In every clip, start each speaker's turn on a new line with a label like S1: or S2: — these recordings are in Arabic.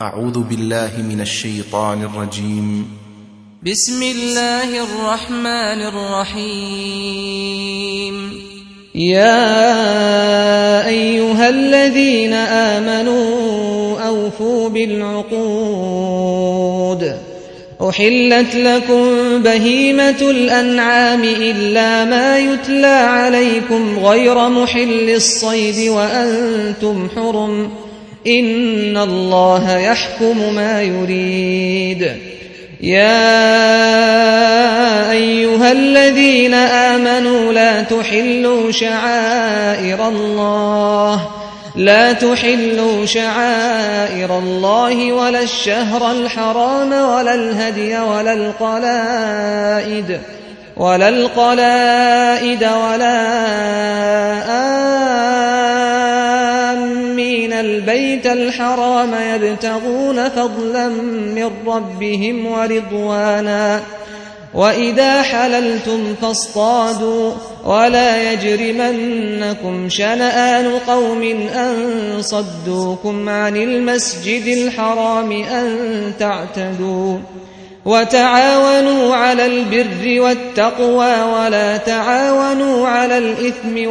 S1: أعوذ بالله من الشيطان الرجيم.
S2: بسم الله الرحمن الرحيم.
S3: يا أيها الذين آمنوا أوفوا بالعقود. أحلت لكم بهيمة الأنعام إلا ما يتلى عليكم غير محل الصيد وأنتم حرم، إن الله يحكم ما يريد. يا أيها الذين آمنوا لا تحلوا شعائر الله ولا الشهر الحرام ولا الهدي ولا القلائد ولا آمين البيت الحرام يبتغون فضلا من ربهم ورضوانا، وإذا حللتم فاصطادوا، ولا يجرمنكم شنآن قوم أن صدوكم عن المسجد الحرام أن تعتدوا. وتعاونوا على البر والتقوى ولا تعاونوا على الإثم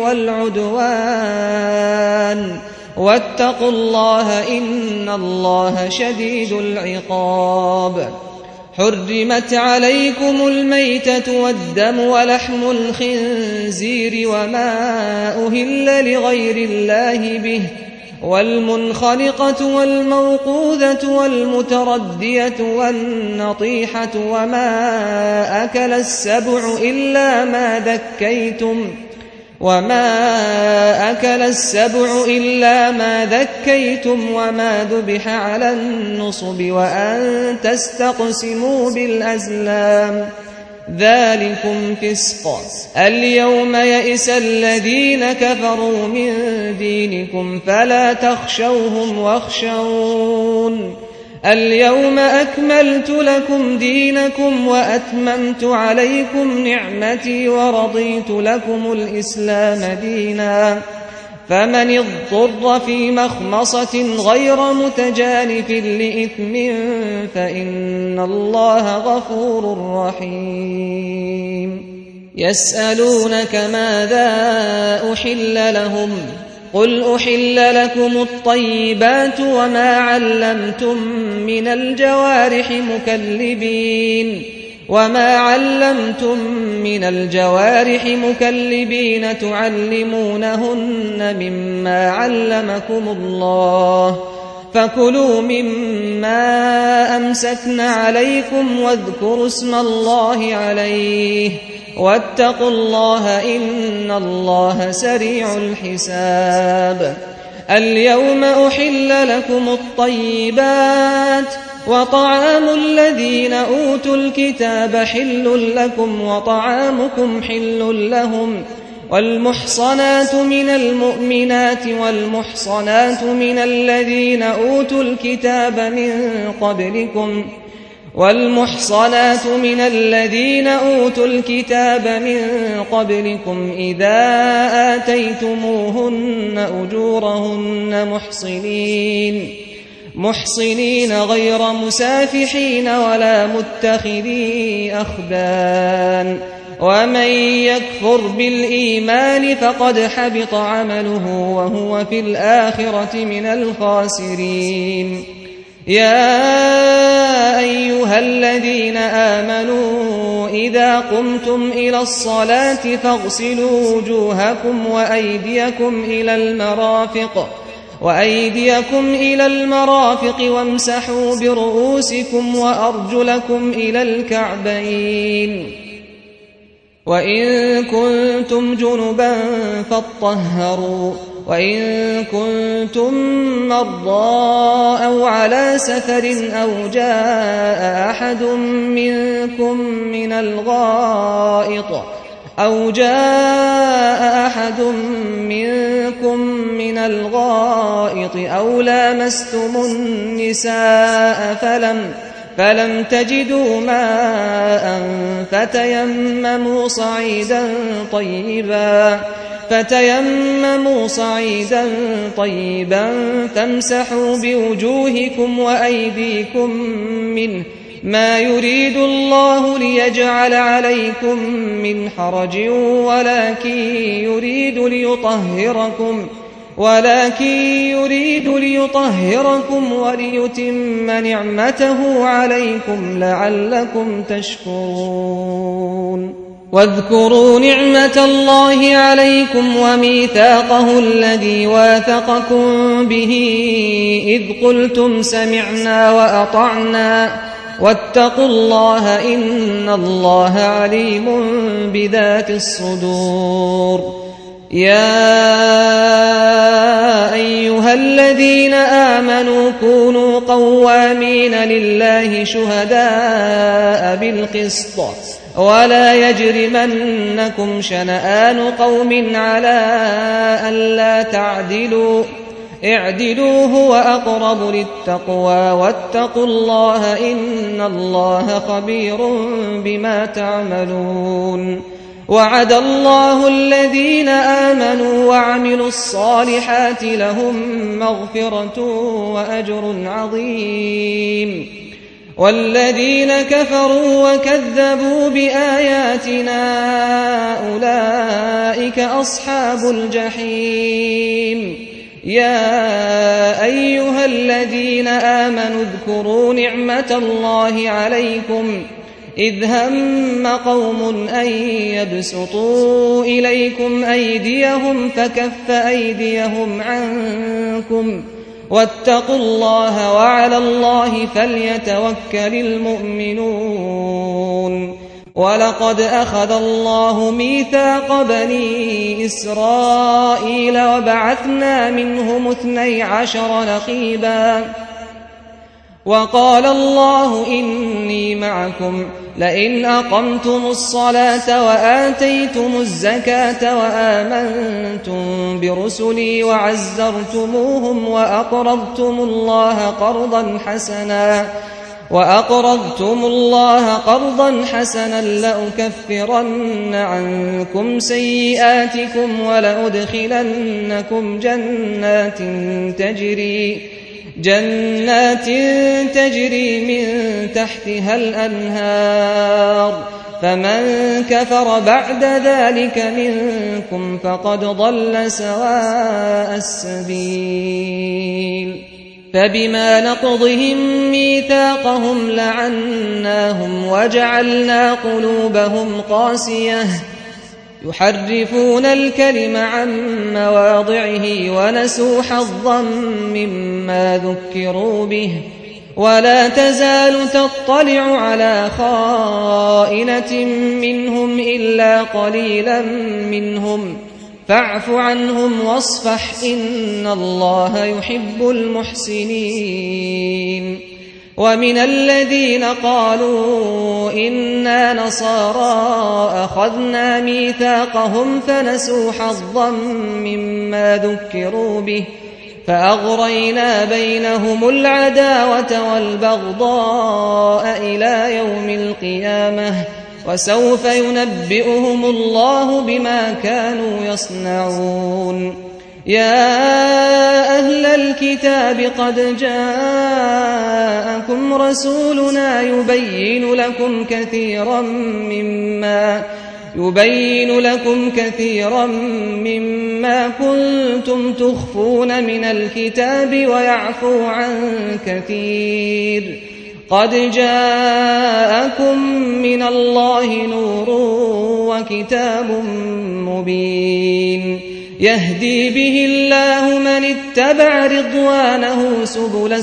S3: والعدوان، واتقوا الله إن الله شديد العقاب. حرمت عليكم الميتة والدم ولحم الخنزير وما أهل لغير الله به، والمنخنقة والموقوذة والمتردية والنطيحة وما أكل السبع إلا ما ذكيتم وما ذبح على النصب وأن تستقسموا بالأزلام، ذلكم فسق. اليوم يئس الذين كفروا من دينكم فلا تخشوهم واخشون. اليوم أكملت لكم دينكم وأتممت عليكم نعمتي ورضيت لكم الإسلام دينا، فمن اضطر في مخمصة غير متجانف لإثم فإن الله غفور رحيم. يسألونك ماذا أحل لهم؟ قل أحل لكم الطيبات وما علمتم من الجوارح مكلبين تعلمونهن مما علمكم الله، فكلوا مما أمسكن عليكم واذكروا اسم الله عليه، واتقوا الله إن الله سريع الحساب. اليوم أحل لكم الطيبات، وطعام الذين أوتوا الكتاب حل لكم وطعامكم حل لهم، والمحصنات من المؤمنات والمحصنات من الذين أوتوا الكتاب من قبلكم إذا آتيتموهن أجورهن محصنين غير مسافحين ولا متخذي أخدان، ومن يكفر بالإيمان فقد حبط عمله وهو في الآخرة من الخاسرين. يا أيها الذين آمنوا إذا قمتم إلى الصلاة فاغسلوا وجوهكم وأيديكم إلى المرافق وامسحوا برؤوسكم وأرجلكم إلى الكعبين، وإن كنتم جنبا فاطهروا، وإن كنتم مرضى أو على سفر أو جاء أحد منكم من الغائط أو لامستم النساء فلم تجدوا ماء فتيمموا صعيدا طيبا فتيمموا صعيدا طيبا فامسحوا بوجوهكم وأيديكم منه ما يريد الله ليجعل عليكم من حرج ولكن يريد ليطهركم وليتم نعمته عليكم لعلكم تشكرون واذكروا نعمة الله عليكم وميثاقه الذي واثقكم به إذ قلتم سمعنا وأطعنا واتقوا الله إن الله عليم بذات الصدور يا أيها الذين آمنوا كونوا قوامين لله شهداء بالقسط ولا يجرمنكم شنآن قوم على ألا تعدلوا اعدلوا هو أقرب للتقوى واتقوا الله إن الله خبير بما تعملون وعد الله الذين آمنوا وعملوا الصالحات لهم مغفرة وأجر عظيم والذين كفروا وكذبوا بآياتنا أولئك أصحاب الجحيم يا أيها الذين آمنوا اذكروا نعمة الله عليكم إذ هم قوم أن يبسطوا إليكم أيديهم فكف أيديهم عنكم واتقوا الله وعلى الله فليتوكل المؤمنون ولقد أخذ الله ميثاق بني إسرائيل وبعثنا منهم 12 نقيبا وقال الله إني معكم لئن أقمتم الصلاة وآتيتم الزكاة وآمنتم برسلي وعزرتموهم وأقرضتم الله قرضا حسنا لأكفرن عنكم سيئاتكم ولأدخلنكم جنات تجري من تحتها الأنهار فمن كفر بعد ذلك منكم فقد ضل سواء السبيل فبما نقضهم ميثاقهم لعناهم وجعلنا قلوبهم قاسية يحرفون الكلم عن مواضعه ونسوا حظا مما ذكروا به ولا تزال تطلع على خائنة منهم إلا قليلا منهم فاعف عنهم واصفح إن الله يحب المحسنين ومن الذين قالوا إنا نصارى أخذنا ميثاقهم فنسوا حظا مما ذكروا به فأغرينا بينهم العداوة والبغضاء إلى يوم القيامة وسوف ينبئهم الله بما كانوا يصنعون يا أهل الكتاب قد جاءكم رسولنا يبين لكم كثيرا مما كنتم تخفون من الكتاب ويعفو عن كثير قد جاءكم من الله نور وكتاب مبين يهدي به الله من اتبع رضوانه سبل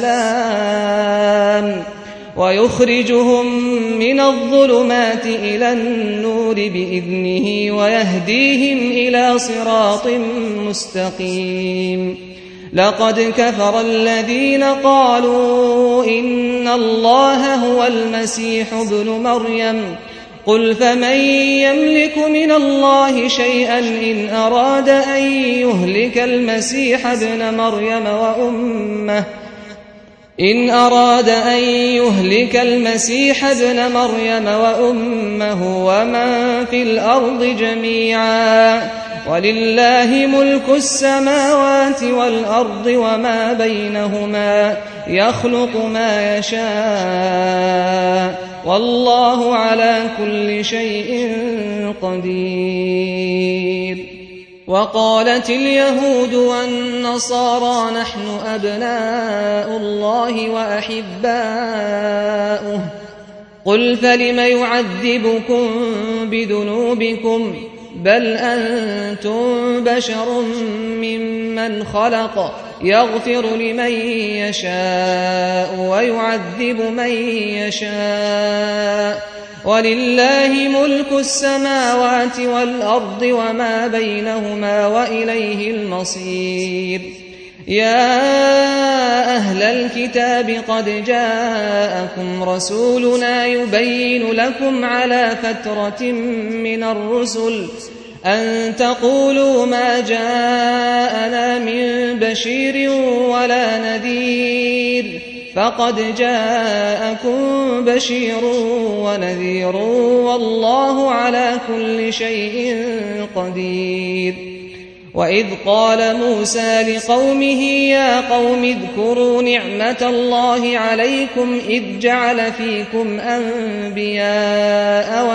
S3: السلام ويخرجهم من الظلمات إلى النور بإذنه ويهديهم إلى صراط مستقيم لقد كفر الذين قالوا إن الله هو المسيح ابن مريم قل فمن يملك من الله شيئا إن أراد أن يهلك المسيح ابن مريم وأمه ومن في الأرض جميعا ولله ملك السماوات والأرض وما بينهما يخلق ما يشاء والله على كل شيء قدير. وقالت اليهود والنصارى نحن أبناء الله وأحباؤه قل فلم يعذبكم بذنوبكم بل أنتم بشر ممن خلق يغفر لمن يشاء ويعذب من يشاء ولله ملك السماوات والأرض وما بينهما وإليه المصير. يا أهل الكتاب قد جاءكم رسولنا يبين لكم على فترة من الرسل أن تقولوا ما جاءنا من بشير ولا نذير فقد جاءكم بشير ونذير والله على كل شيء قدير. وإذ قال موسى لقومه يا قوم اذكروا نعمة الله عليكم إذ جعل فيكم أنبياء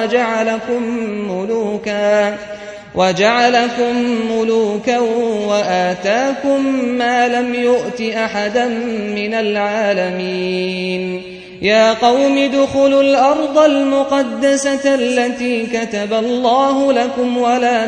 S3: وجعلكم ملوكا وآتاكم ما لم يؤت أحدا من العالمين. يا قوم ادخلوا الأرض المقدسة التي كتب الله لكم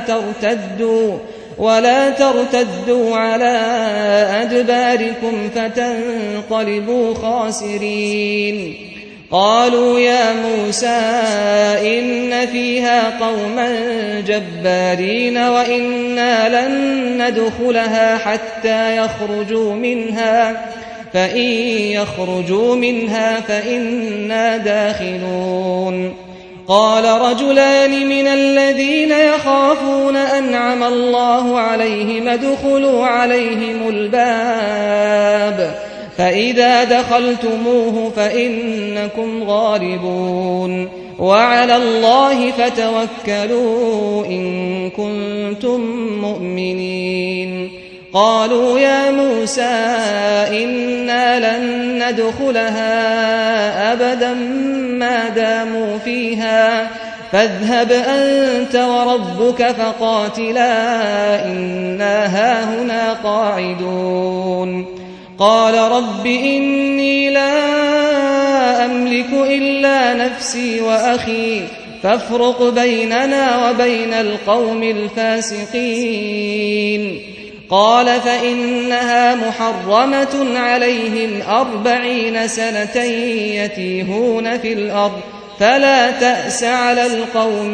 S3: ولا ترتدوا على أدباركم فتنقلبوا خاسرين. قالوا يا موسى إن فيها قوما جبارين وإنا لن ندخلها حتى يخرجوا منها فإن يخرجوا منها فإنا داخلون. قال رجلان من الذين يخافون أنعم الله عليهم ادخلوا عليهم الباب فإذا دخلتموه فإنكم غالبون وعلى الله فتوكلوا إن كنتم مؤمنين. قالوا يا موسى إنا لن ندخلها أبدا ما داموا فيها فاذهب أنت وربك فقاتلا إنا هاهنا قاعدون. قال رب إني لا أملك إلا نفسي وأخي فافرق بيننا وبين القوم الفاسقين. قال فإنها محرمة عليهم 40 سنة يتيهون في الأرض فلا تأس على القوم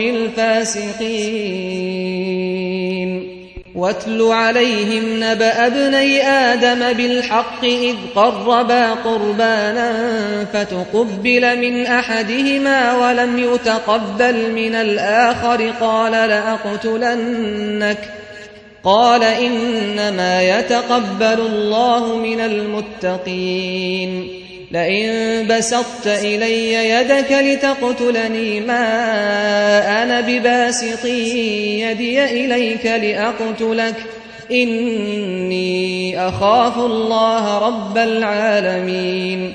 S3: الفاسقين. واتل عليهم نبأ ابني آدم بالحق إذ قربا قربانا فتقبل من أحدهما ولم يتقبل من الآخر قال لأقتلنك قال إنما يتقبل الله من المتقين. لئن بسطت إلي يدك لتقتلني ما أنا بباسط يدي إليك لأقتلك إني أخاف الله رب العالمين.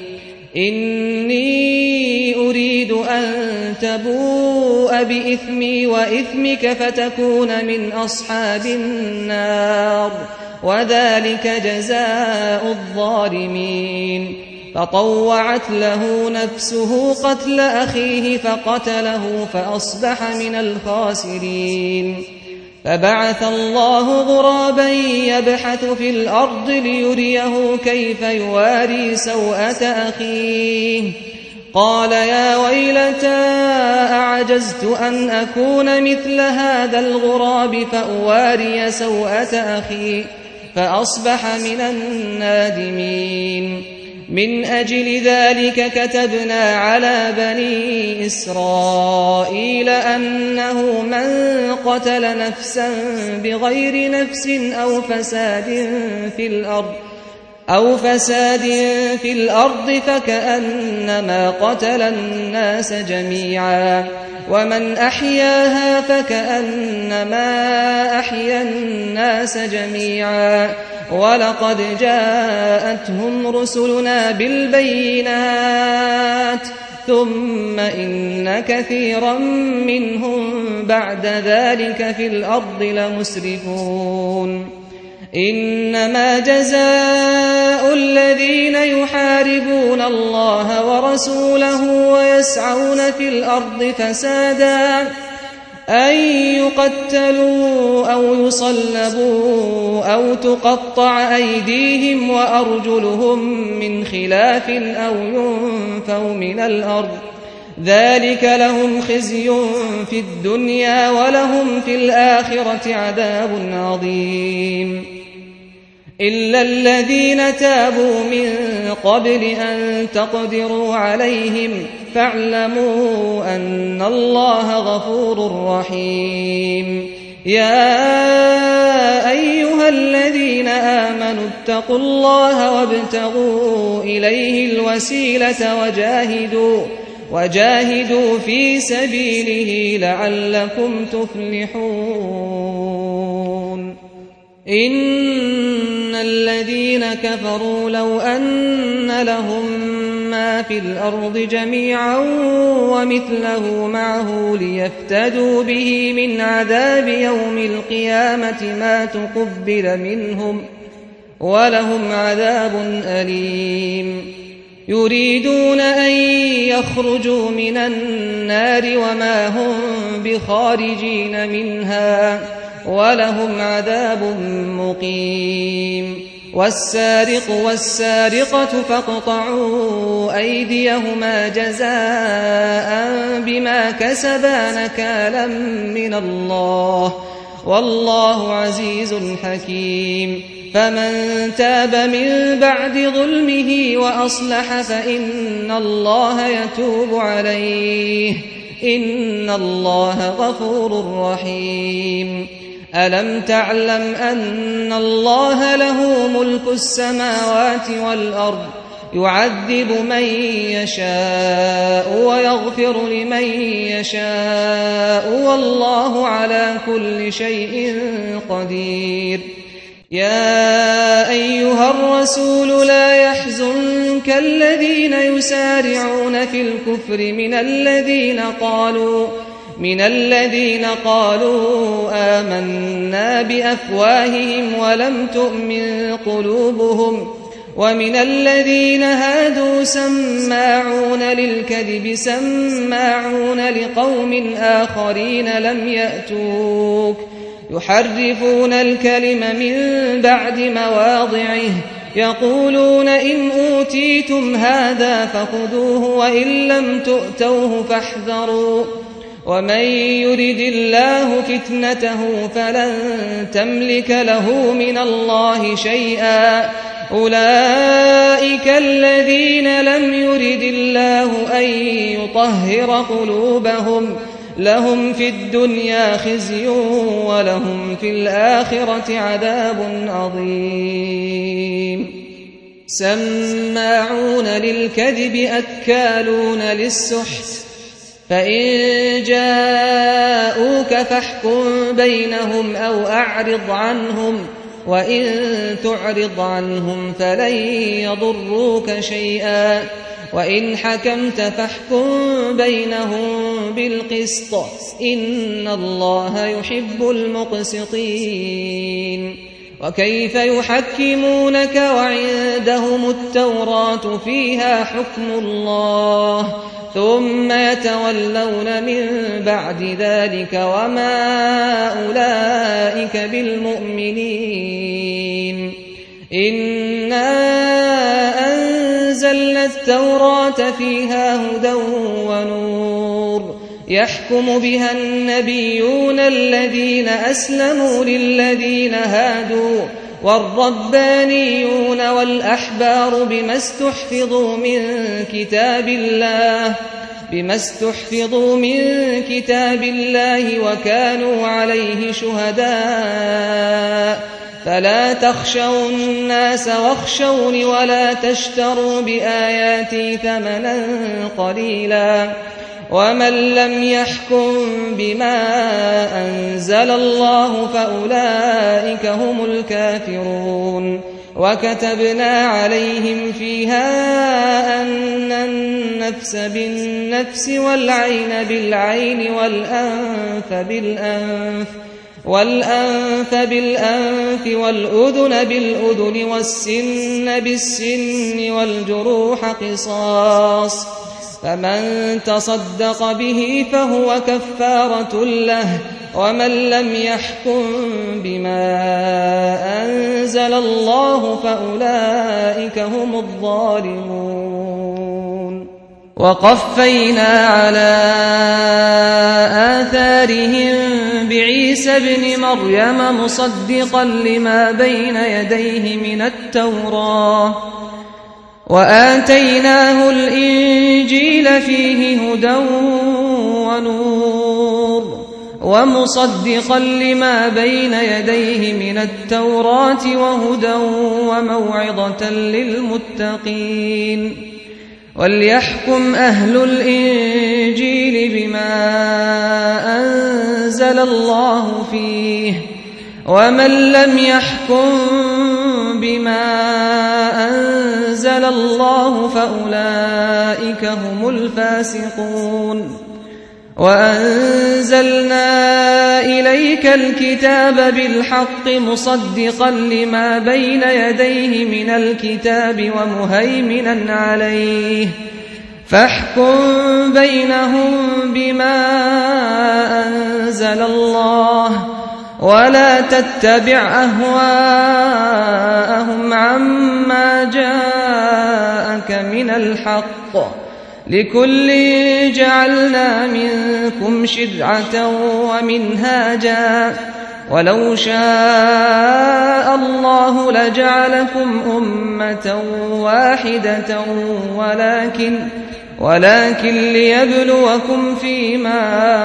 S3: إني أريد أن تبوء بإثمي وإثمك فتكون من أصحاب النار وذلك جزاء الظالمين. فطوعت له نفسه قتل أخيه فقتله فأصبح من الخاسرين. فبعث الله غرابا يبحث في الأرض ليريه كيف يواري سوءة أخيه قال يا ويلتى أعجزت أن أكون مثل هذا الغراب فأواري سوءة أخي فأصبح من النادمين. من أجل ذلك كتبنا على بني إسرائيل أنه من قتل نفسا بغير نفس أو فساد في الأرض فكأنما قتل الناس جميعا ومن أحياها فكأنما أحيا الناس جميعا ولقد جاءتهم رسلنا بالبينات ثم إن كثيرا منهم بعد ذلك في الأرض لمسرفون إنما جزاء الذين يحاربون الله ورسوله ويسعون في الأرض فسادا أن يقتلوا أو يصلبوا أو تقطع أيديهم وأرجلهم من خلاف أو ينفوا من الأرض ذلك لهم خزي في الدنيا ولهم في الآخرة عذاب عظيم إلا الذين تابوا من قبل أن تقدروا عليهم فاعلموا أن الله غفور رحيم يا أيها الذين آمنوا اتقوا الله وابتغوا إليه الوسيلة وجاهدوا في سبيله لعلكم تفلحون إن الذين كفروا لو أن لهم ما في الأرض جميعا ومثله معه ليفتدوا به من عذاب يوم القيامة ما تقبل منهم ولهم عذاب أليم يريدون أن يخرجوا من النار وما هم بخارجين منها ولهم عذاب مقيم والسارق والسارقة فاقطعوا أيديهما جزاء بما كسبا نكالا من الله والله عزيز حكيم فمن تاب من بعد ظلمه وأصلح فإن الله يتوب عليه إن الله غفور رحيم ألم تعلم أن الله له ملك السماوات والأرض يعذب من يشاء ويغفر لمن يشاء والله على كل شيء قدير يا أيها الرسول لا يحزنك الذين يسارعون في الكفر من الذين قالوا آمنا بأفواههم ولم تؤمن قلوبهم ومن الذين هادوا سماعون للكذب سماعون لقوم آخرين لم يأتوك يحرفون الكلم من بعد مواضعه يقولون إن أوتيتم هذا فخذوه وإن لم تؤتوه فاحذروا ومن يرد الله فتنته فلن تملك له من الله شيئا أولئك الذين لم يرد الله أن يطهر قلوبهم لهم في الدنيا خزي ولهم في الآخرة عذاب عظيم سماعون للكذب أكالون للسحت فإن جاءوك فاحكم بينهم أو أعرض عنهم وإن تعرض عنهم فلن يضروك شيئا وإن حكمت فاحكم بينهم بالقسط إن الله يحب المقسطين وكيف يحكمونك وعندهم التوراة فيها حكم الله ثم يتولون من بعد ذلك وما أولئك بالمؤمنين إنا أنزلنا التوراة فيها هدى ونور يحكم بها النبيون الذين أسلموا للذين هادوا والربانيون والأحبار بما استحفظوا من كتاب الله وكانوا عليه شهداء فلا تخشوا الناس واخشوني ولا تشتروا بآياتي ثمنا قليلا ومن لم يحكم بما أنزل الله فأولئك هم الكافرون وكتبنا عليهم فيها أن النفس بالنفس والعين بالعين والأنف بالأنف والأذن بالأذن والسن بالسن والجروح قصاص فمن تصدق به فهو كفارة له ومن لم يحكم بما أنزل الله فأولئك هم الظالمون وقفينا على آثارهم بعيسى ابن مريم مصدقا لما بين يديه من التوراة وآتيناه الإنجيل فيه هدى ونور ومصدقا لما بين يديه من التوراة وهدى وموعظة للمتقين وليحكم أهل الإنجيل بما أنزل الله فيه ومن لم يحكم بما أنزل الله فأولئك هم الفاسقون وأنزلنا إليك الكتاب بالحق مصدقا لما بين يديه من الكتاب ومهيمنا عليه فاحكم بينهم بما أنزل الله ولا تتبع أهواءهم عما جاءك من الحق لكل جعلنا منكم شرعة ومنهاجا ولو شاء الله لجعلكم أمة واحدة ولكن ليبلوكم فيما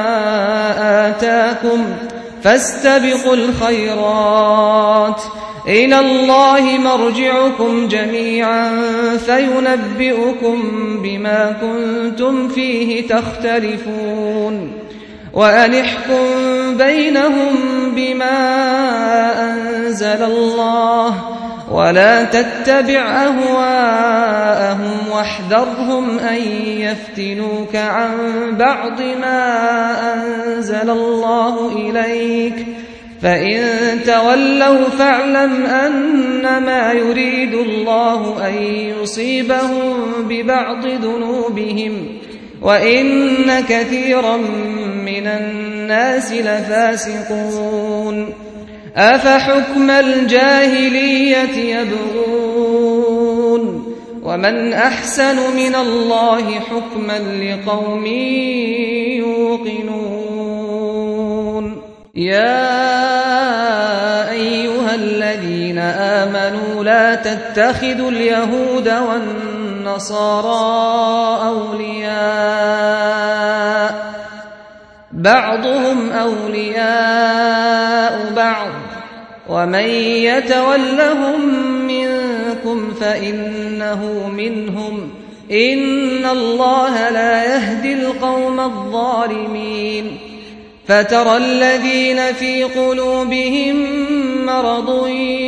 S3: آتاكم فاستبقوا الخيرات إلى الله مرجعكم جميعا فينبئكم بما كنتم فيه تختلفون وأن احكم بينهم بما أنزل الله ولا تتبع أهواءهم واحذرهم أن يفتنوك عن بعض ما أنزل الله إليك فإن تولوا فاعلم أنما يريد الله أن يصيبهم ببعض ذنوبهم وإن كثيرا من الناس لفاسقون أفحكم الجاهلية يبغون ومن أحسن من الله حكما لقوم يوقنون يا أيها الذين آمنوا لا تتخذوا اليهود والنصارى أولياء بعضهم أولياء بعض ومن يتولهم منكم فإنه منهم إن الله لا يهدي القوم الظالمين فترى الذين في قلوبهم مرض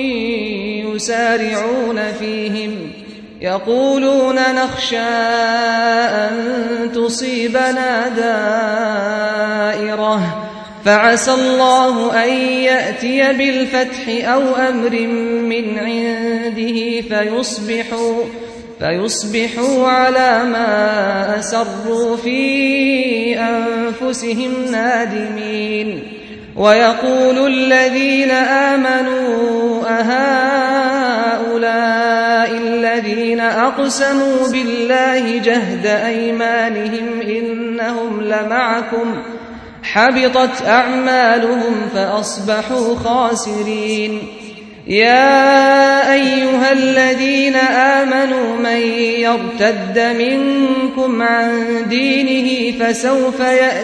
S3: يسارعون فيهم يقولون نخشى أن تصيبنا دائرة فعسى الله أن يأتي بالفتح أو أمر من عنده فيصبحوا على ما أسروا في أنفسهم نادمين ويقول الذين آمنوا أهؤلاء الذين أقسموا بالله جهد أيمانهم إنهم لمعكم حبطت أعمالهم فأصبحوا خاسرين يا أيها الذين آمنوا من يرتد منكم عن دينه فسوف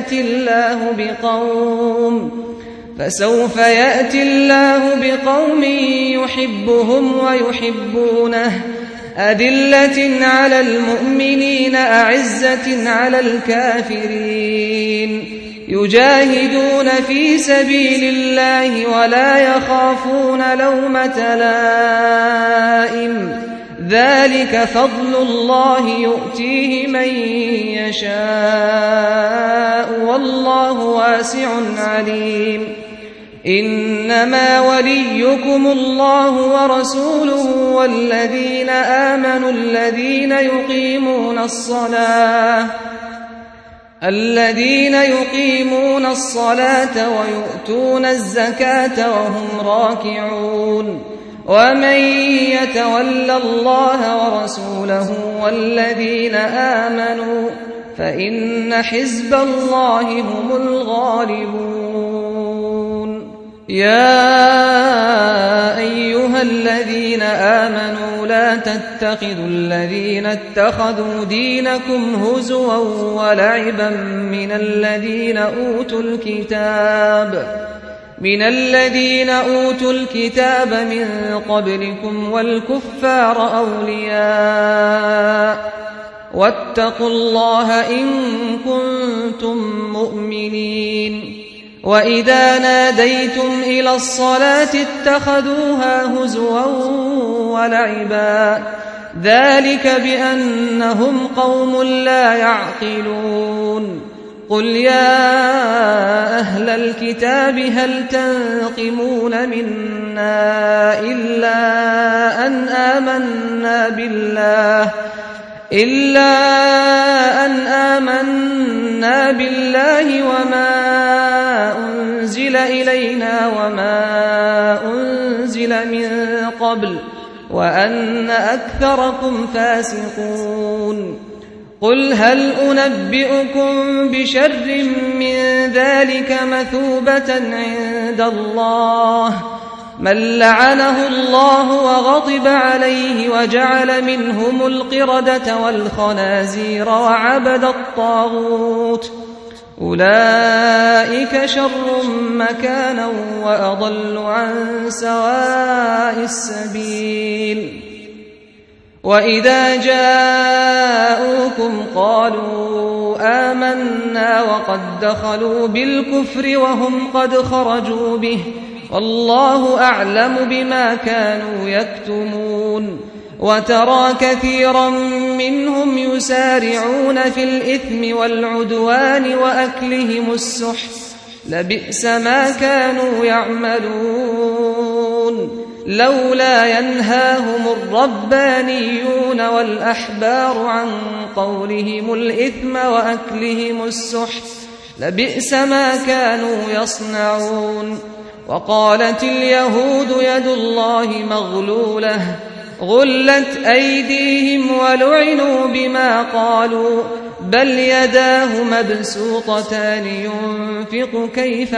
S3: يأتي الله بقوم يحبهم ويحبونه أذلة على المؤمنين المؤمنين أعزة على الكافرين يجاهدون في سبيل الله ولا يخافون لومة لائم ذلك فضل الله يؤتيه من يشاء والله واسع عليم إنما وليكم الله ورسوله والذين آمنوا الذين يقيمون الصلاة ويؤتون الزكاة وهم راكعون ومن يتول الله ورسوله والذين آمنوا فإن حزب الله هم الغالبون يا أيها الذين آمنوا لا تتخذوا الذين اتخذوا دينكم هزوا ولعبا من الذين أوتوا الكتاب من قبلكم والكفار أولياء واتقوا الله إن كنتم مؤمنين وإذا ناديتم إلى الصلاة اتخذوها هزوا ولعبا ذلك بأنهم قوم لا يعقلون قل يا أهل الكتاب هل تنقمون منا إلا أن آمنا بالله وما أنزل إلينا وما أنزل من قبل وأن أكثركم فاسقون قل هل أنبئكم بشر من ذلك مثوبة عند الله من لعنه الله وغضب عليه وجعل منهم القردة والخنازير وعبد الطاغوت أولئك شر مكانا وأضل عن سواء السبيل وإذا جاءوكم قالوا آمنا وقد دخلوا بالكفر وهم قد خرجوا به والله أعلم بما كانوا يكتمون وترى كثيرا منهم يسارعون في الإثم والعدوان وأكلهم السحت لبئس ما كانوا يعملون لولا ينهاهم الربانيون والأحبار عن قولهم الإثم وأكلهم السحت لبئس ما كانوا يصنعون وقالت اليهود يد الله مغلولة غلت أيديهم ولعنوا بما قالوا بل يداه مبسوطتان ينفق كيف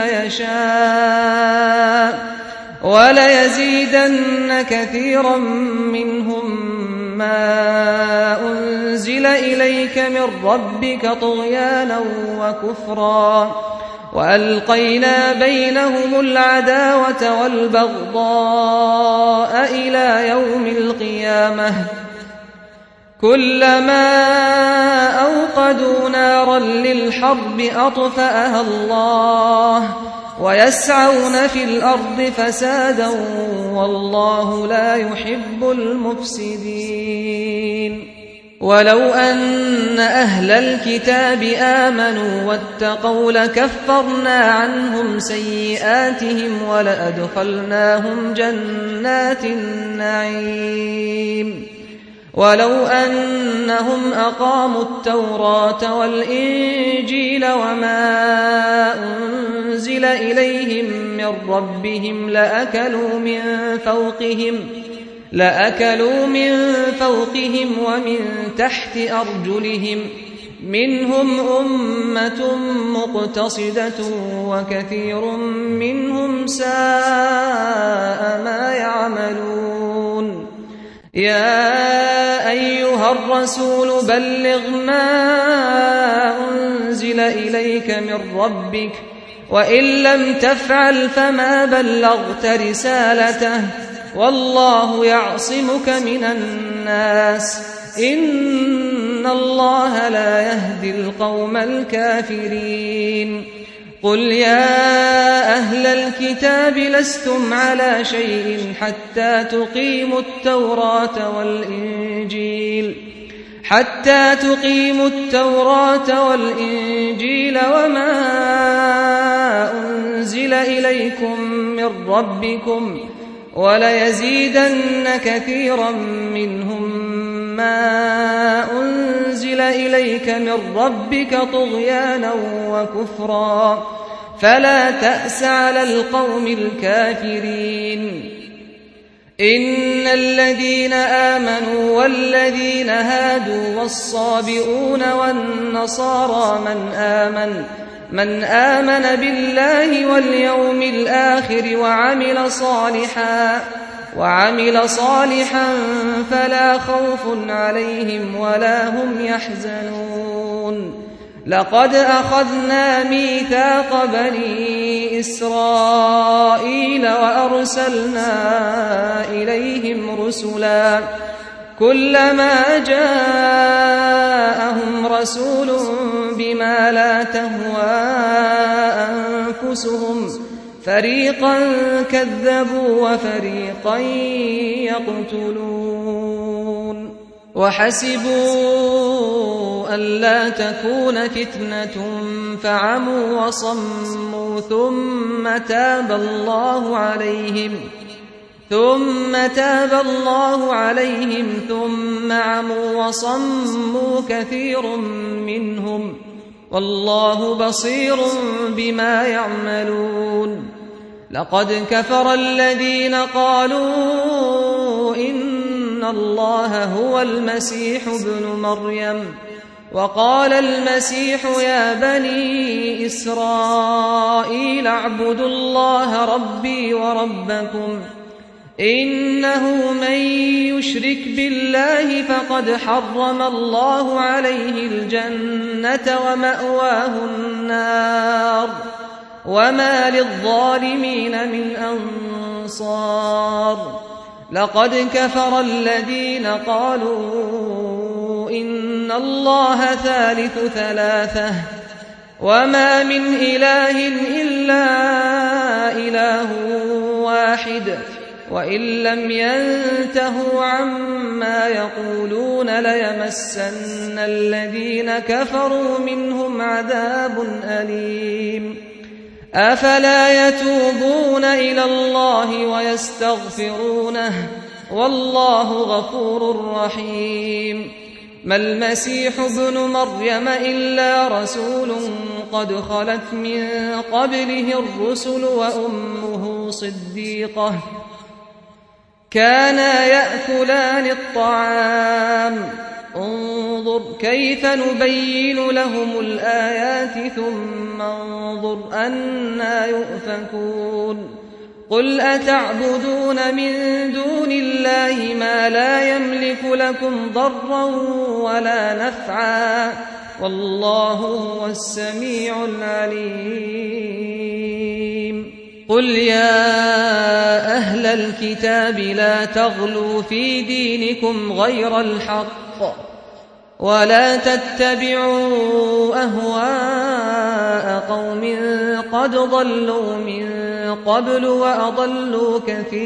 S3: يشاء وليزيدن كثيرا منهم ما أنزل إليك من ربك طغيانا وكفرا وألقينا بينهم العداوة والبغضاء إلى يوم القيامة كلما أوقدوا نارا للحرب أطفأها الله ويسعون في الأرض فسادا والله لا يحب المفسدين ولو أن أهل الكتاب آمنوا واتقوا لكفرنا عنهم سيئاتهم ولأدخلناهم جنات النعيم ولو أنهم أقاموا التوراة والإنجيل وما أنزل إليهم من ربهم لأكلوا من فوقهم ومن تحت أرجلهم منهم أمة مقتصدة وكثير منهم ساء ما يعملون يا أيها الرسول بلغ ما أنزل إليك من ربك وإن لم تفعل فما بلغت رسالته والله يعصمك من الناس إن إن الله لا يهدي القوم الكافرين قل يا أهل الكتاب لستم على شيء حتى تقيموا التوراة والإنجيل وما أنزل إليكم من ربكم وليزيدن كثيرا منهم ما أنزل إليك من ربك طغيانا وكفرا فلا تأس على القوم الكافرين إن الذين آمنوا والذين هادوا والصابئون والنصارى من آمن بالله واليوم الآخر وعمل صالحا فلا خوف عليهم ولا هم يحزنون لقد أخذنا ميثاق بني إسرائيل وأرسلنا إليهم رسلا كلما جاءهم رسول بما لا تهوى أنفسهم فريقا كذبوا وفريقا يقتلون وحسبوا ألا تكون فتنة فعموا وصموا ثم تاب الله عليهم ثم عموا وصموا كثير منهم والله بصير بما يعملون لقد كفر الذين قالوا إن الله هو المسيح ابن مريم وقال المسيح يا بني إسرائيل اعبدوا الله ربي وربكم إنه من يشرك بالله فقد حرم الله عليه الجنة ومأواه النار وما للظالمين من أنصار لقد كفر الذين قالوا إن الله ثالث ثلاثة وما من إله إلا إله واحد وإن لم ينتهوا عما يقولون ليمسن الذين كفروا منهم عذاب أليم أفلا يتوبون إلى الله ويستغفرونه والله غفور رحيم ما المسيح ابن مريم إلا رسول قد خلت من قبله الرسل وأمه صديقة كانا يأكلان الطعام انظر كيف نبين لهم الآيات ثم انظر أنى يؤفكون قل أتعبدون من دون الله ما لا يملك لكم ضرا ولا نفعا والله هو السميع العليم قل يا أهل الكتاب لا تغلوا في دينكم غير الحق ولا تتبعوا أهواء قوم قد ضلوا من قبل وأضلوا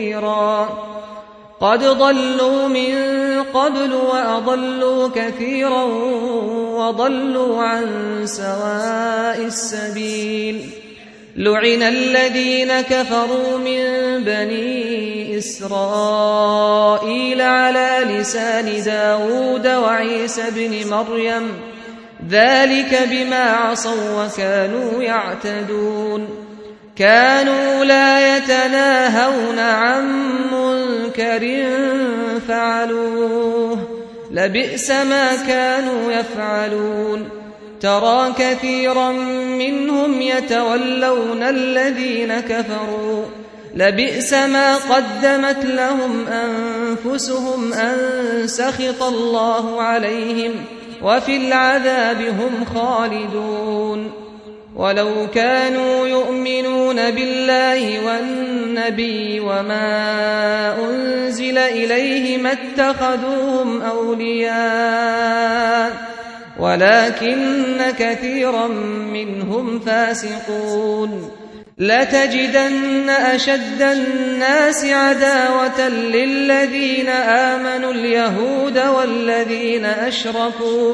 S3: كثيرا وضلوا عن سواء السبيل لعن الذين كفروا من بني إسرائيل على لسان داود وعيسى بن مريم ذلك بما عصوا وكانوا يعتدون كانوا لا يتناهون عن منكر فعلوه لبئس ما كانوا يفعلون ترى كثيرا منهم يتولون الذين كفروا لبئس ما قدمت لهم أنفسهم أن سخط الله عليهم وفي العذاب هم خالدون ولو كانوا يؤمنون بالله والنبي وما أنزل إليه ما اتخذوهم أولياء ولكن كثيرا منهم فاسقون لتجدن أشد الناس عداوة للذين آمنوا اليهود والذين أشركوا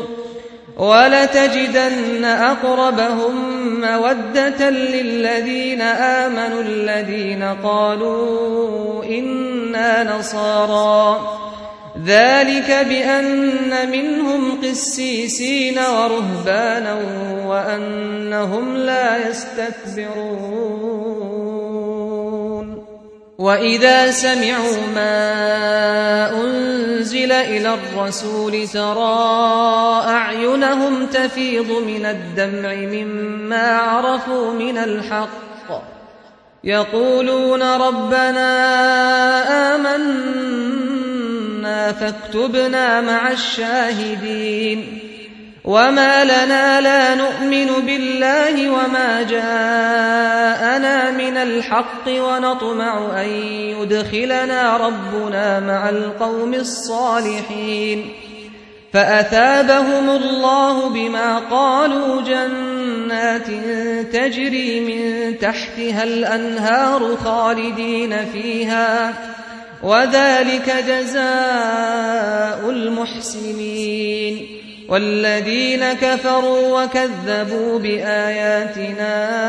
S3: ولتجدن أقربهم مودة للذين آمنوا الذين قالوا إنا نصارى ذلك بأن منهم قسيسين ورهبانا وأنهم لا يستكبرون وإذا سمعوا ما أنزل إلى الرسول ترى أعينهم تفيض من الدمع مما عرفوا من الحق يقولون ربنا آمنا فاكتبنا مع الشاهدين وما لنا لا نؤمن بالله وما جاءنا من الحق ونطمع أن يدخلنا ربنا مع القوم الصالحين فأثابهم الله بما قالوا جنات تجري من تحتها الأنهار خالدين فيها وذلك جزاء المحسنين والذين كفروا وكذبوا بآياتنا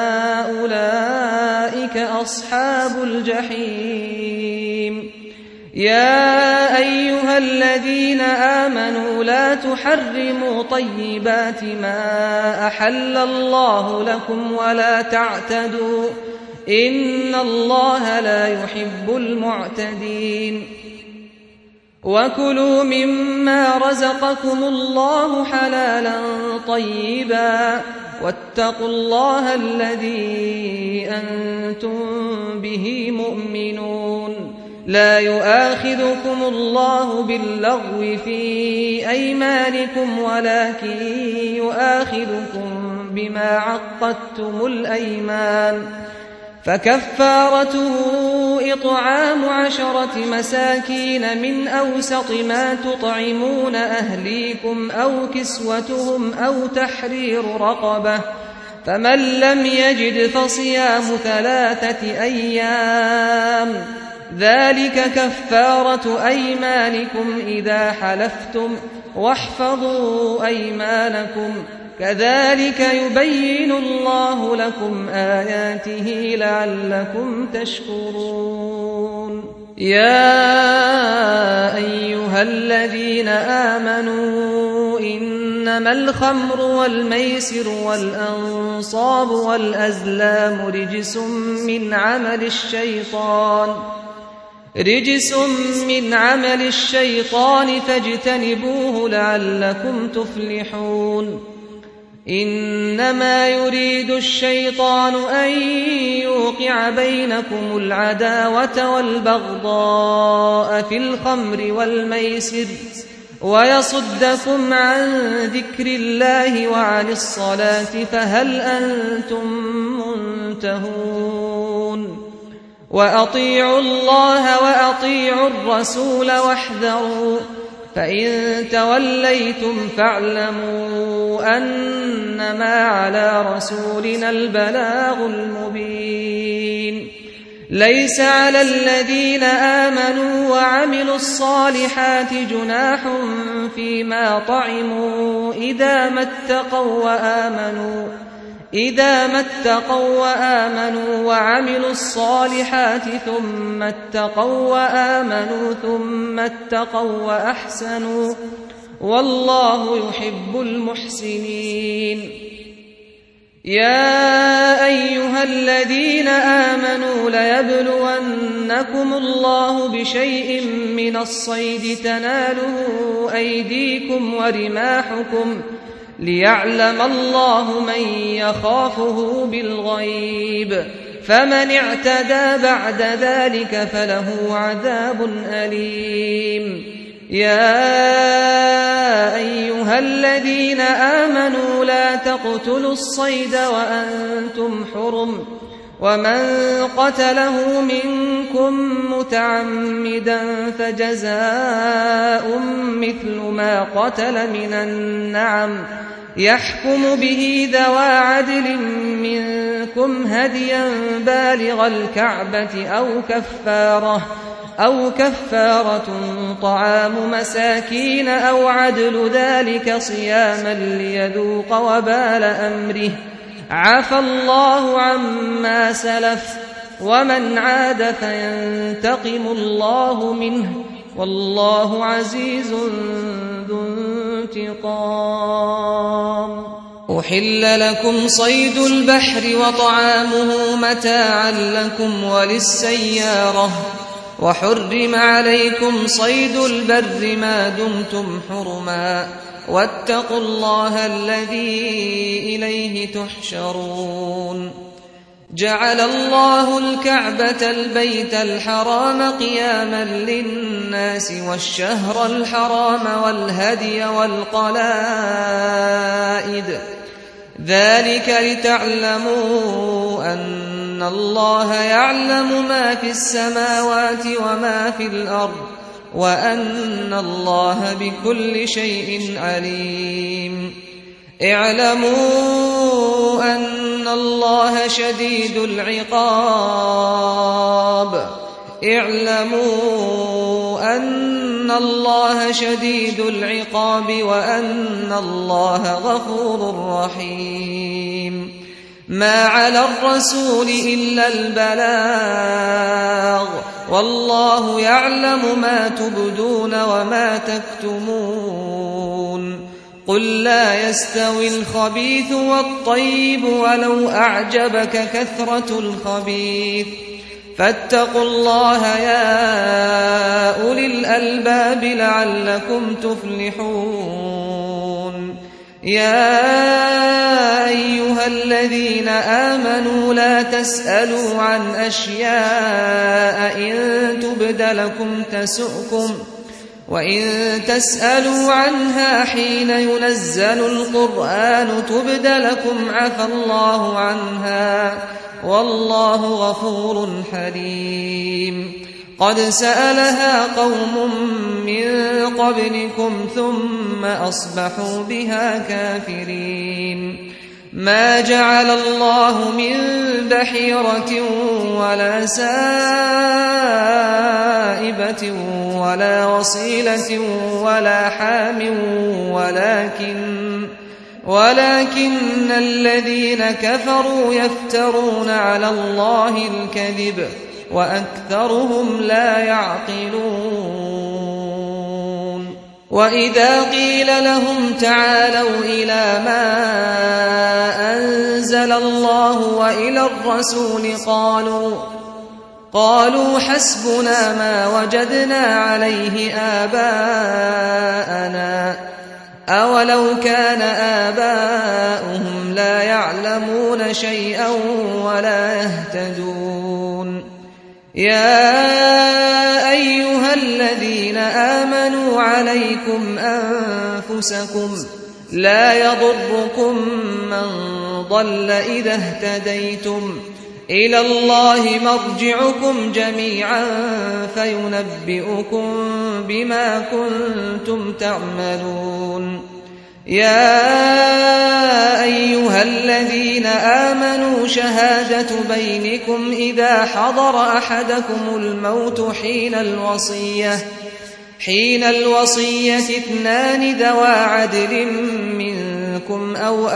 S3: أولئك أصحاب الجحيم يا أيها الذين آمنوا لا تحرموا طيبات ما أحل الله لكم ولا تعتدوا إن الله لا يحب المعتدين وكلوا مما رزقكم الله حلالا طيبا واتقوا الله الذي أنتم به مؤمنون لا يؤاخذكم الله باللغو في أيمانكم ولكن يؤاخذكم بما عقدتم الأيمان فكفارته إطعام 10 مساكين من أوسط ما تطعمون أهليكم أو كسوتهم أو تحرير رقبة فمن لم يجد فصيام 3 أيام ذلك كفارة أيمانكم إذا حلفتم واحفظوا أيمانكم كذلك يبين الله لكم آياته لعلكم تشكرون يا أيها الذين آمنوا إنما الخمر والميسر والأنصاب والأزلام رجس من عمل الشيطان فاجتنبوه لعلكم تفلحون إنما يريد الشيطان أن يوقع بينكم العداوة والبغضاء في الخمر والميسر ويصدكم عن ذكر الله وعن الصلاة فهل أنتم منتهون وأطيعوا الله وأطيعوا الرسول واحذروا فإن توليتم فاعلموا أنما على رسولنا البلاغ المبين ليس على الذين آمنوا وعملوا الصالحات جناح فيما طعموا إذا ما اتقوا وآمنوا وعملوا الصالحات ثم اتقوا وآمنوا ثم اتقوا وأحسنوا والله يحب المحسنين يا أيها الذين آمنوا ليبلونكم الله بشيء من الصيد تناله أيديكم ورماحكم ليعلم الله من يخافه بالغيب فمن اعتدى بعد ذلك فله عذاب أليم يا أيها الذين آمنوا لا تقتلوا الصيد وأنتم حرم ومن قتله منكم متعمدا فجزاء مثل ما قتل من النعم يحكم به ذوى عدل منكم هديا بالغ الكعبة أو كفارة طعام مساكين أو عدل ذلك صياما ليذوق وبال أمره عفى الله عما سلف ومن عاد فينتقم الله منه والله عزيز ذو انتقام. أحل لكم صيد البحر وطعامه متاعا لكم وللسيارة وحرم عليكم صيد البر ما دمتم حرما واتقوا الله الذي إليه تحشرون. جعل الله الكعبة البيت الحرام قياما للناس والشهر الحرام والهدي والقلائد ذلك لتعلموا أن الله يعلم ما في السماوات وما في الأرض وأن الله بكل شيء عليم. اعلموا أن الله شديد العقاب وأن الله غفور رحيم. ما على الرسول إلا البلاغ والله يعلم ما تبدون وما تكتمون. قل لا يستوي الخبيث والطيب ولو أعجبك كثرة الخبيث فاتقوا الله يا أولي الألباب لعلكم تفلحون. يا أيها الذين آمنوا لا تسألوا عن أشياء إن تبد لكم تسؤكم وإن تسألوا عنها حين ينزل القرآن تبد لكم عفى الله عنها والله غفور حليم. قد سألها قوم من قبلكم ثم أصبحوا بها كافرين. ما جعل الله من بحيرة ولا سائبة ولا وصيلة ولا حام ولكن الذين كفروا يفترون على الله الكذب وأكثرهم لا يعقلون. وإذا قيل لهم تعالوا إلى ما أنزل الله وإلى الرسول قالوا حسبنا ما وجدنا عليه آباءنا أولو كان آباؤهم لا يعلمون شيئا ولا يهتدون. يا أيها الذين آمنوا عليكم أنفسكم لا يضركم من ضل إذا اهتديتم إلى الله مرجعكم جميعا فينبئكم بما كنتم تعملون. يا أيها الذين آمنوا شهادة بينكم إذا حضر أحدكم الموت حين الوصية 2 ذوى عدل منكم أو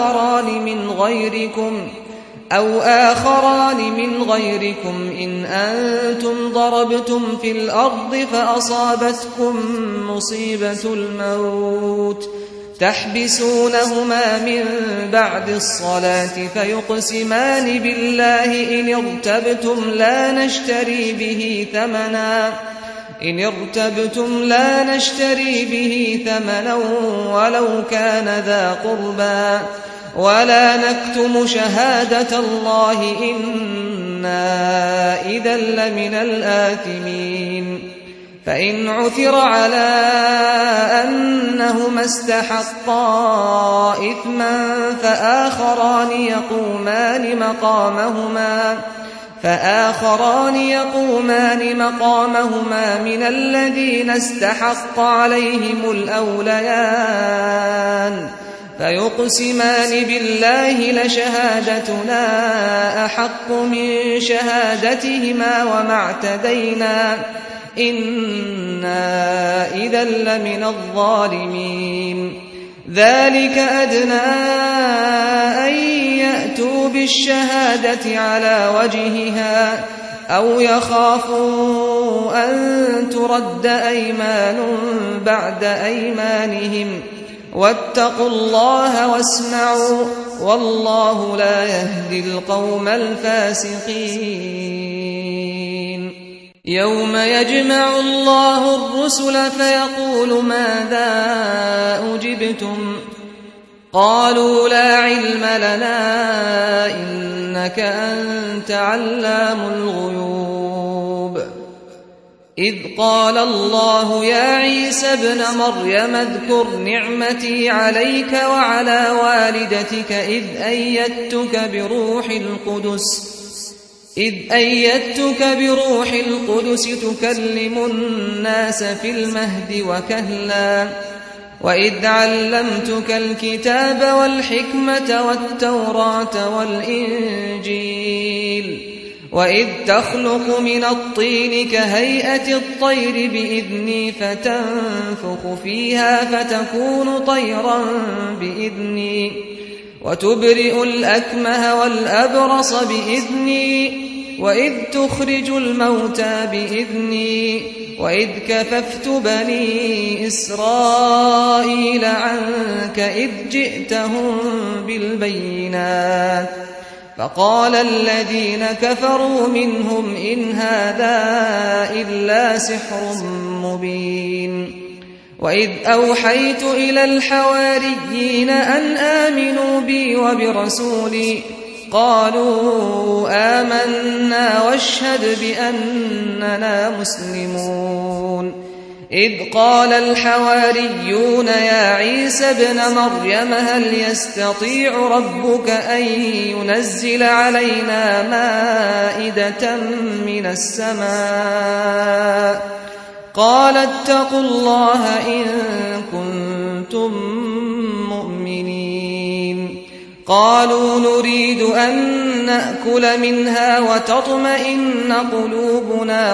S3: آخران من غيركم إن أنتم ضربتم في الأرض فأصابتكم مصيبة الموت تحبسونهما من بعد الصلاة فيقسمان بالله إن ارتبتم لا نشتري به ثمنا ولو كان ذا قربى ولا نكتم شهادة الله إنا إذا لمن الآثمين. فإن عثر على أنهما استحقا إثما فآخران يقومان مقامهما من الذين استحق عليهم الأوليان فيقسمان بالله لشهادتنا أحق من شهادتهما وما اعتدينا إنا إذا لمن الظالمين ذلك أدنى أن يأتوا بالشهادة على وجهها أو يخافوا أن ترد أيمان بعد أيمانهم واتقوا الله واسمعوا والله لا يهدي القوم الفاسقين يوم يجمع الله الرسل فيقول ماذا أجبتم قالوا لا علم لنا إنك أنت علام الغيوب إذ قال الله يا عيسى ابن مريم اذكر نعمتي عليك وعلى والدتك إذ أيدتك بروح القدس تكلم الناس في المهد وكهلا وإذ علمتك الكتاب والحكمة والتوراة والإنجيل وإذ تخلق من الطين كهيئة الطير بإذني فتنفخ فيها فتكون طيرا بإذني وتبرئ الأكمه والأبرص بإذني وإذ تخرج الموتى بإذني وإذ كففت بني إسرائيل عنك إذ جئتهم بالبينات فقال الذين كفروا منهم إن هذا إلا سحر مبين وإذ أوحيت إلى الحواريين أن آمنوا بي وبرسولي قالوا آمنا واشهد بأننا مسلمون إذ قال الحواريون يا عيسى ابن مريم هل يستطيع ربك أن ينزل علينا مائدة من السماء قال اتقوا الله إن كنتم مؤمنين قالوا نريد أن نأكل منها وتطمئن قلوبنا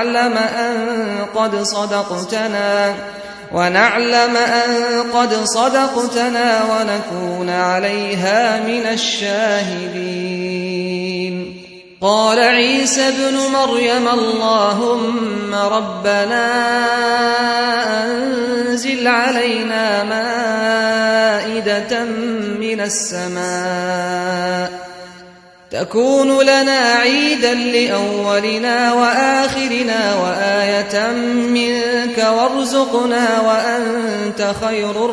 S3: ونعلم أن قد صدقتنا ونكون عليها من الشاهدين قال عيسى ابن مريم اللهم ربنا أنزل علينا مائدة من السماء تكون لنا عيدا لأولنا وآخرنا وآية منك وارزقنا وأنت خير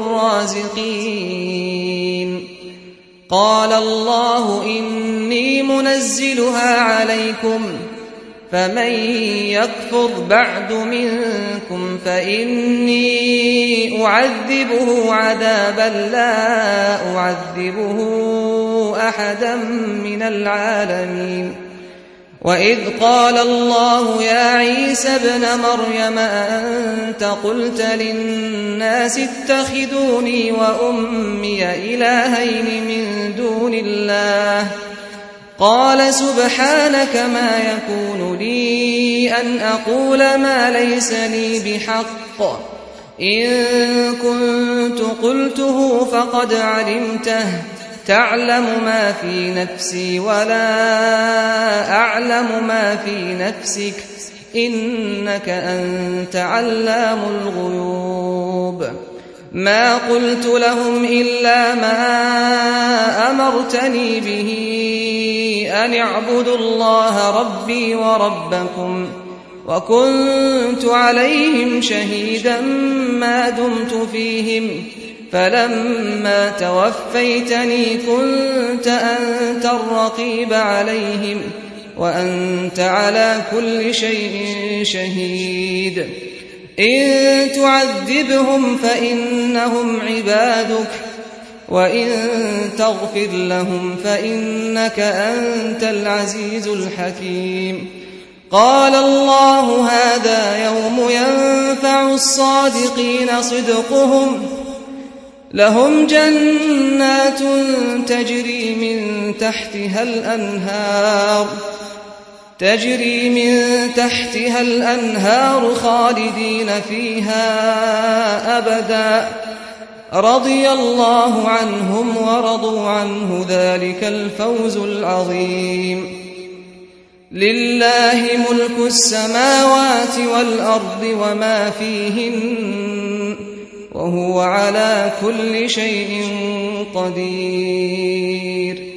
S3: الرازقين قال الله إني منزلها عليكم فمن يكفر بعد منكم فإني أعذبه عذابا لا أعذبه أحدا من العالمين وإذ قال الله يا عيسى ابن مريم أنت قلت للناس اتخذوني وأمي إلهين من دون الله قال سبحانك ما يكون لي أن أقول ما ليس لي بحق إن كنت قلته فقد علمته تعلم ما في نفسي ولا أعلم ما في نفسك إنك أنت علام الغيوب ما قلت لهم إلا ما أمرتني به أن اعبدوا الله ربي وربكم وكنت عليهم شهيدا ما دمت فيهم فلما توفيتني كنت أنت الرقيب عليهم وأنت على كل شيء شهيد إن تعذبهم فإنهم عبادك وإن تغفر لهم فإنك أنت العزيز الحكيم. قال الله هذا يوم ينفع الصادقين صدقهم لهم جنات تجري من تحتها الأنهار خالدين فيها أبدا رضي الله عنهم ورضوا عنه ذلك الفوز العظيم. لله ملك السماوات والأرض وما فيهن وهو على كل شيء قدير.